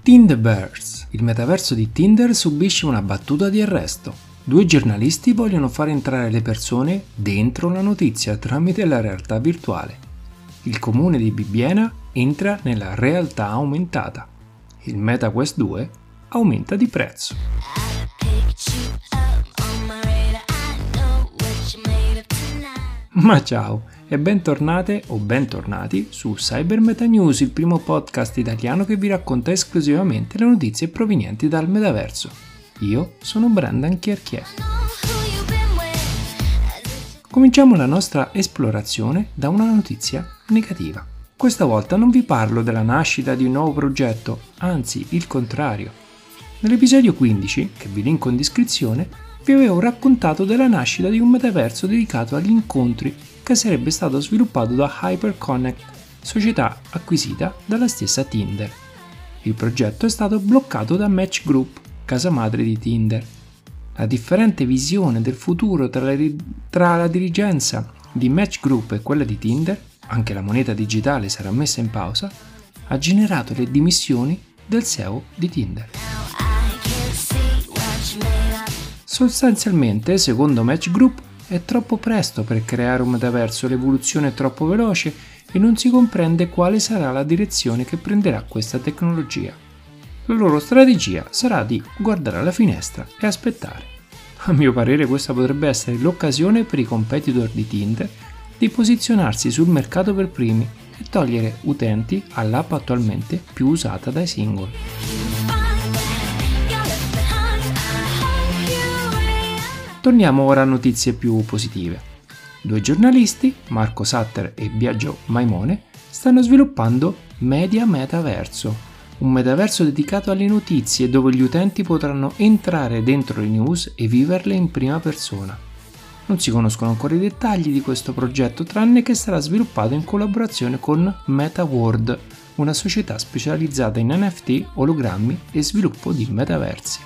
Tinderverse. Il metaverso di Tinder subisce una battuta di arresto. 2 giornalisti vogliono far entrare le persone dentro la notizia tramite la realtà virtuale. Il comune di Bibbiena entra nella realtà aumentata. Il MetaQuest 2 aumenta di prezzo. Ma ciao e bentornate o bentornati su Cyber Meta News, il primo podcast italiano che vi racconta esclusivamente le notizie provenienti dal metaverso. Io sono Brendan Chierchier. Cominciamo la nostra esplorazione da una notizia negativa. Questa volta non vi parlo della nascita di un nuovo progetto, anzi il contrario. Nell'episodio 15, che vi linko in descrizione, vi avevo raccontato della nascita di un metaverso dedicato agli incontri che sarebbe stato sviluppato da HyperConnect, società acquisita dalla stessa Tinder. Il progetto è stato bloccato da Match Group, casa madre di Tinder. La differente visione del futuro tra la dirigenza di Match Group e quella di Tinder, anche la moneta digitale sarà messa in pausa, ha generato le dimissioni del CEO di Tinder. Sostanzialmente, secondo Match Group, è troppo presto per creare un metaverso, l'evoluzione è troppo veloce e non si comprende quale sarà la direzione che prenderà questa tecnologia. La loro strategia sarà di guardare alla finestra e aspettare. A mio parere questa potrebbe essere l'occasione per i competitor di Tinder di posizionarsi sul mercato per primi e togliere utenti all'app attualmente più usata dai single. Torniamo ora a notizie più positive. 2 giornalisti, Marco Satter e Biagio Maimone, stanno sviluppando Media Metaverso, un metaverso dedicato alle notizie dove gli utenti potranno entrare dentro le news e viverle in prima persona. Non si conoscono ancora i dettagli di questo progetto, tranne che sarà sviluppato in collaborazione con MetaWorld, una società specializzata in NFT, ologrammi e sviluppo di metaversi.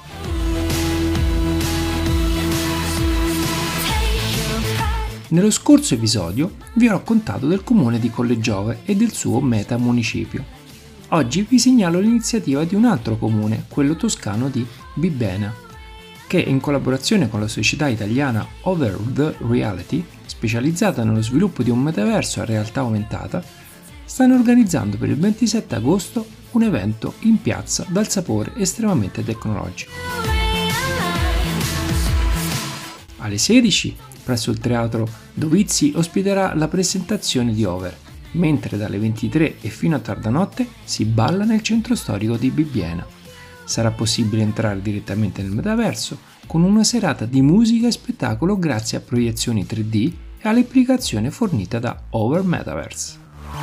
Nello scorso episodio vi ho raccontato del comune di Colle Giove e del suo meta municipio. Oggi vi segnalo l'iniziativa di un altro comune, quello toscano di Bibbena, che in collaborazione con la società italiana Over the Reality, specializzata nello sviluppo di un metaverso a realtà aumentata, stanno organizzando per il 27 agosto un evento in piazza dal sapore estremamente tecnologico. Alle 16, presso il teatro Dovizzi, ospiterà la presentazione di Over, mentre dalle 23 e fino a tarda notte si balla nel centro storico di Bibbiena. Sarà possibile entrare direttamente nel metaverso con una serata di musica e spettacolo grazie a proiezioni 3D e all'applicazione fornita da Over Metaverse.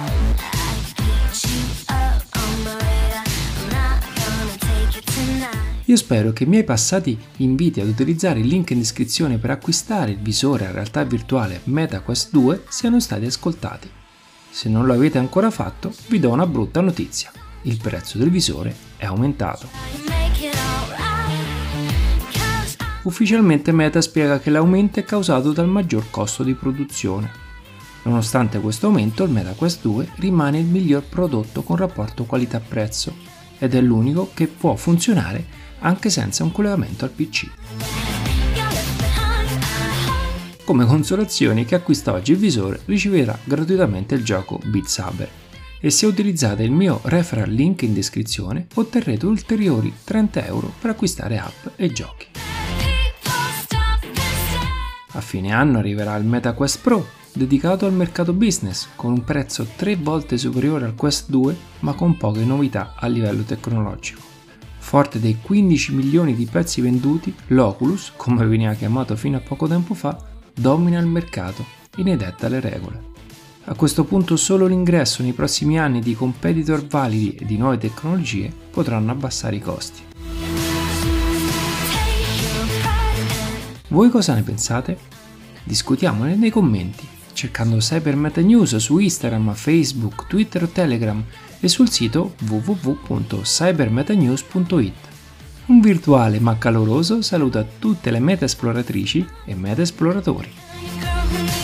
Io spero che i miei passati inviti ad utilizzare il link in descrizione per acquistare il visore a realtà virtuale MetaQuest 2 siano stati ascoltati. Se non lo avete ancora fatto, vi do una brutta notizia: il prezzo del visore è aumentato. Ufficialmente Meta spiega che l'aumento è causato dal maggior costo di produzione. Nonostante questo aumento, il MetaQuest 2 rimane il miglior prodotto con rapporto qualità-prezzo ed è l'unico che può funzionare anche senza un collegamento al PC. Come consolazione, chi acquista oggi il visore riceverà gratuitamente il gioco Beat Saber e se utilizzate il mio referral link in descrizione otterrete ulteriori €30 per acquistare app e giochi. A fine anno arriverà il MetaQuest Pro, dedicato al mercato business, con un prezzo 3 volte superiore al Quest 2 ma con poche novità a livello tecnologico. Forte dei 15 milioni di pezzi venduti, l'Oculus, come veniva chiamato fino a poco tempo fa, domina il mercato e ne detta le regole. A questo punto solo l'ingresso nei prossimi anni di competitor validi e di nuove tecnologie potranno abbassare i costi. Voi cosa ne pensate? Discutiamone nei commenti, cercando Cyber Meta News su Instagram, Facebook, Twitter o Telegram e sul sito www.cybermetanews.it. Un virtuale ma caloroso saluto a tutte le meta esploratrici e meta esploratori.